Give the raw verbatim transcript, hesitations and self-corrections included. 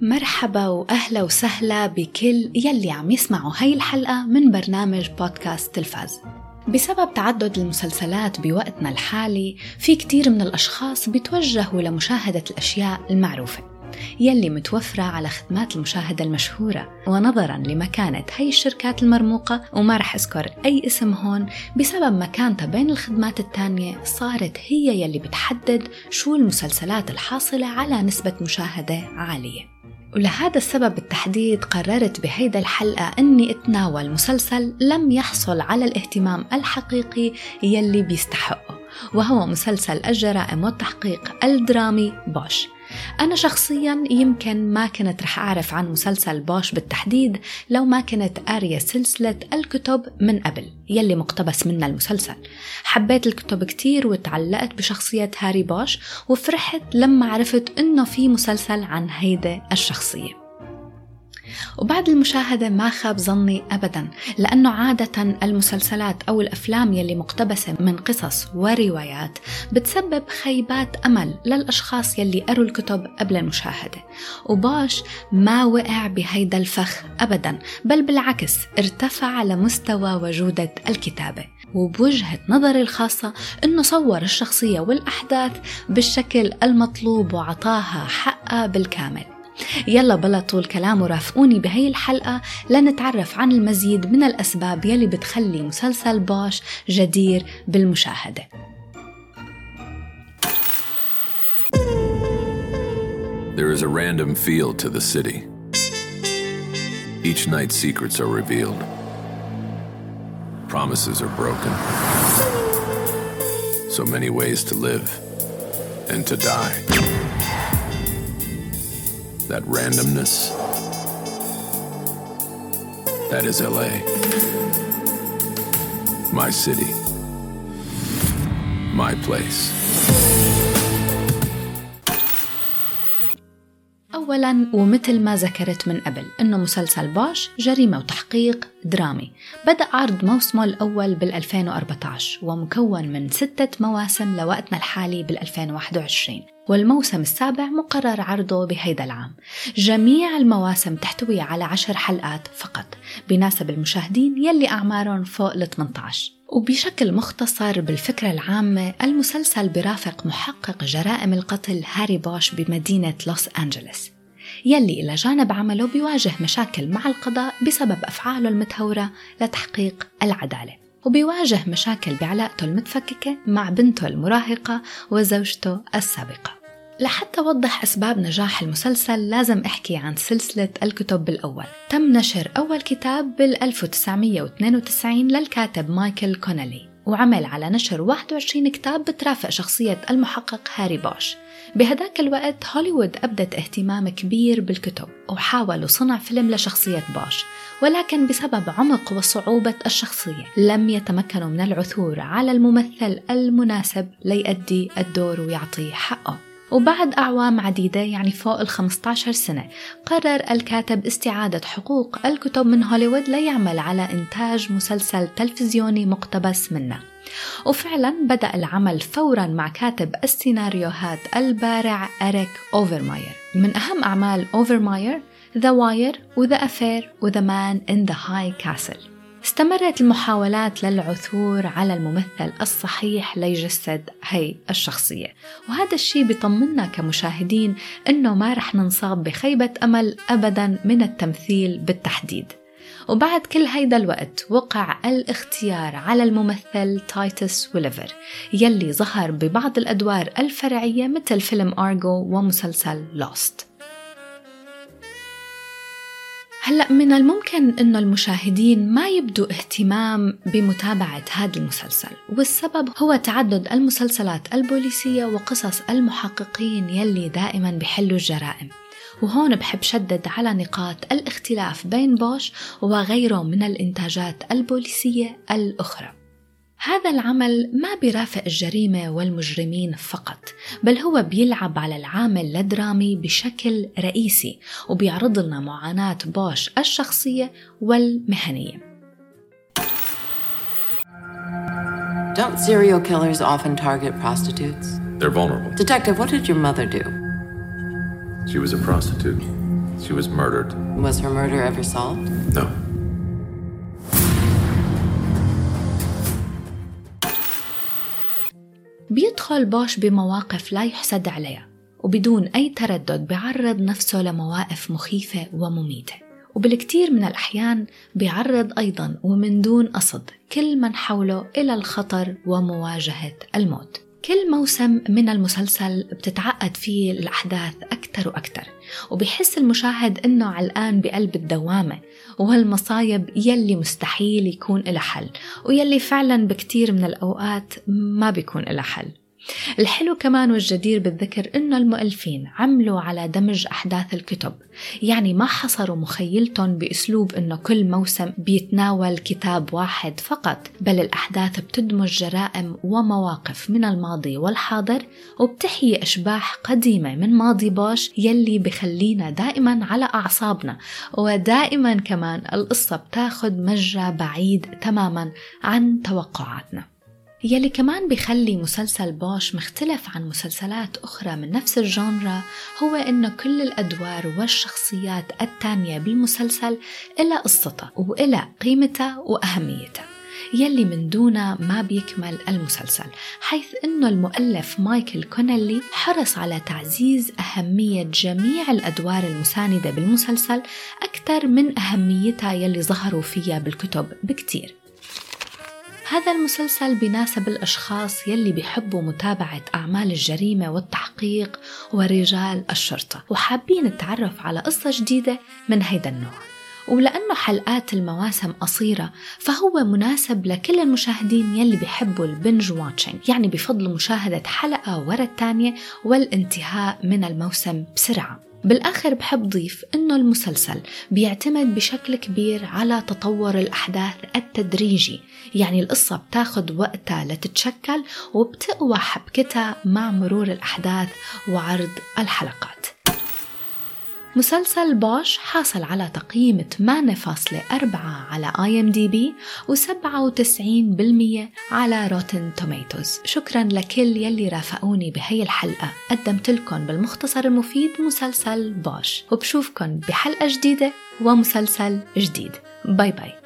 مرحبا وأهلا وسهلا بكل يلي عم يسمعوا هاي الحلقة من برنامج بودكاست تلفاز. بسبب تعدد المسلسلات بوقتنا الحالي في كتير من الأشخاص بيتوجهوا لمشاهدة الأشياء المعروفة يلي متوفرة على خدمات المشاهدة المشهورة، ونظراً لمكانة هاي الشركات المرموقة وما رح أذكر أي اسم هون بسبب مكانتها بين الخدمات التانية صارت هي يلي بتحدد شو المسلسلات الحاصلة على نسبة مشاهدة عالية. ولهذا السبب بالتحديد قررت بهيدا الحلقة أني أتناول مسلسل لم يحصل على الاهتمام الحقيقي يلي بيستحقه، وهو مسلسل الجرائم والتحقيق الدرامي بوش. أنا شخصياً يمكن ما كنت رح أعرف عن مسلسل بوش بالتحديد لو ما كنت قارية سلسلة الكتب من قبل يلي مقتبس منها المسلسل. حبيت الكتب كتير وتعلقت بشخصية هاري بوش، وفرحت لما عرفت إنه في مسلسل عن هيدا الشخصية. وبعد المشاهدة ما خاب ظني أبداً، لأنه عادة المسلسلات أو الأفلام يلي مقتبسة من قصص وروايات بتسبب خيبات أمل للأشخاص يلي قروا الكتب قبل المشاهدة. وبوش ما وقع بهيدا الفخ أبداً، بل بالعكس ارتفع لمستوى وجودة الكتابة، وبوجهة نظري الخاصة إنه صور الشخصية والأحداث بالشكل المطلوب وعطاها حقها بالكامل. يلا بلا طول كلام ورافقوني بهي الحلقة لنتعرف عن المزيد من الأسباب يلي بتخلي مسلسل بوش جدير بالمشاهدة. There is a random feel to the city. Each night secrets are revealed. Promises are broken. So many ways to live and to die. That randomness, that is L A. My city, my place. أولاً ومثل ما ذكرت من قبل إنه مسلسل بوش جريمة وتحقيق درامي، بدأ عرض موسمه الأول بالألفين وأربعة عشر ومكون من ستة مواسم لوقتنا الحالي بالألفين وواحد وعشرين، والموسم السابع مقرر عرضه بهيدا العام. جميع المواسم تحتوي على عشر حلقات فقط بيناسب المشاهدين يلي أعمارهم فوق ال ثمانية عشر. وبشكل مختصر بالفكرة العامة، المسلسل برافق محقق جرائم القتل هاري بوش بمدينة لوس أنجلوس، يلي إلى جانب عمله بيواجه مشاكل مع القضاء بسبب أفعاله المتهورة لتحقيق العدالة، وبيواجه مشاكل بعلاقته المتفككة مع بنته المراهقة وزوجته السابقة. لحتى أوضح أسباب نجاح المسلسل لازم أحكي عن سلسلة الكتب بالأول. تم نشر أول كتاب بال ألف وتسعمية واثنين وتسعين للكاتب مايكل كونلي، وعمل على نشر واحد وعشرين كتاب بترافق شخصية المحقق هاري بوش. بهداك الوقت هوليوود أبدت اهتمام كبير بالكتب وحاولوا صنع فيلم لشخصية بوش، ولكن بسبب عمق وصعوبة الشخصية لم يتمكنوا من العثور على الممثل المناسب ليؤدي الدور ويعطيه حقه. وبعد أعوام عديدة يعني فوق ال خمسة عشر سنة قرر الكاتب استعادة حقوق الكتب من هوليوود ليعمل على إنتاج مسلسل تلفزيوني مقتبس منه. وفعلا بدأ العمل فورا مع كاتب السيناريوهات البارع إريك أوفرماير. من أهم أعمال أوفرماير The Wire و The Affair و The Man in the High Castle. استمرت المحاولات للعثور على الممثل الصحيح ليجسد هاي الشخصية، وهذا الشيء بيطمنا كمشاهدين إنه ما رح ننصاب بخيبة أمل أبدا من التمثيل بالتحديد. وبعد كل هيدا الوقت وقع الاختيار على الممثل تايتس وليفر يلي ظهر ببعض الأدوار الفرعية مثل فيلم أرغو ومسلسل لوست. هلأ من الممكن أنه المشاهدين ما يبدوا اهتمام بمتابعة هذا المسلسل، والسبب هو تعدد المسلسلات البوليسية وقصص المحققين يلي دائما بيحلوا الجرائم. وهون بحب شدد على نقاط الاختلاف بين بوش وغيره من الإنتاجات البوليسية الأخرى. هذا العمل ما بيرافق الجريمة والمجرمين فقط، بل هو بيلعب على العامل الدرامي بشكل رئيسي، وبيعرض لنا معاناة بوش الشخصية والمهنية. Don't serial killers often target prostitutes? They're vulnerable. Detective, what did your mother do? She was a prostitute. She was murdered. Was her murder ever solved? No. بيدخل بوش بمواقف لا يحسد عليها، وبدون أي تردد بيعرض نفسه لمواقف مخيفة ومميتة، وبالكثير من الأحيان بيعرض أيضاً ومن دون قصد كل من حوله إلى الخطر ومواجهة الموت. كل موسم من المسلسل بتتعقد فيه الأحداث أكتر وأكتر، وبيحس المشاهد إنه علقان بقلب الدوامة، وهالمصايب يلي مستحيل يكون إلها حل، ويلي فعلاً بكتير من الأوقات ما بيكون إلها حل. الحلو كمان والجدير بالذكر إنه المؤلفين عملوا على دمج أحداث الكتب، يعني ما حصروا مخيلتهم بأسلوب إنه كل موسم بيتناول كتاب واحد فقط، بل الأحداث بتدمج جرائم ومواقف من الماضي والحاضر، وبتحيي أشباح قديمة من ماضي بوش يلي بخلينا دائما على أعصابنا، ودائما كمان القصة بتاخد مجرى بعيد تماما عن توقعاتنا. يلي كمان بيخلي مسلسل بوش مختلف عن مسلسلات أخرى من نفس الجانرا هو إنه كل الأدوار والشخصيات التانية بالمسلسل إلى قصتها وإلى قيمتها وأهميتها، يلي من دونها ما بيكمل المسلسل، حيث إنه المؤلف مايكل كونيلي حرص على تعزيز أهمية جميع الأدوار المساندة بالمسلسل أكثر من أهميتها يلي ظهروا فيها بالكتب بكتير. هذا المسلسل بيناسب الأشخاص يلي بيحبوا متابعة أعمال الجريمة والتحقيق ورجال الشرطة، وحابين نتعرف على قصة جديدة من هيدا النوع. ولأنه حلقات المواسم قصيرة فهو مناسب لكل المشاهدين يلي بيحبوا البنج واتشنج، يعني بفضل مشاهدة حلقة ورا الثانية والانتهاء من الموسم بسرعة. بالآخر بحب ضيف إنه المسلسل بيعتمد بشكل كبير على تطور الأحداث التدريجي، يعني القصة بتاخد وقتها لتتشكل وبتقوى حبكتها مع مرور الأحداث وعرض الحلقات. مسلسل بوش حاصل على تقييم ثمانية فاصلة أربعة على آي إم دي بي وسبعة وتسعين بالمية على روتن توميتوز. شكرا لكل يلي رافقوني بهي الحلقة، قدمت لكم بالمختصر المفيد مسلسل بوش، وبشوفكن بحلقة جديدة ومسلسل جديد. باي باي.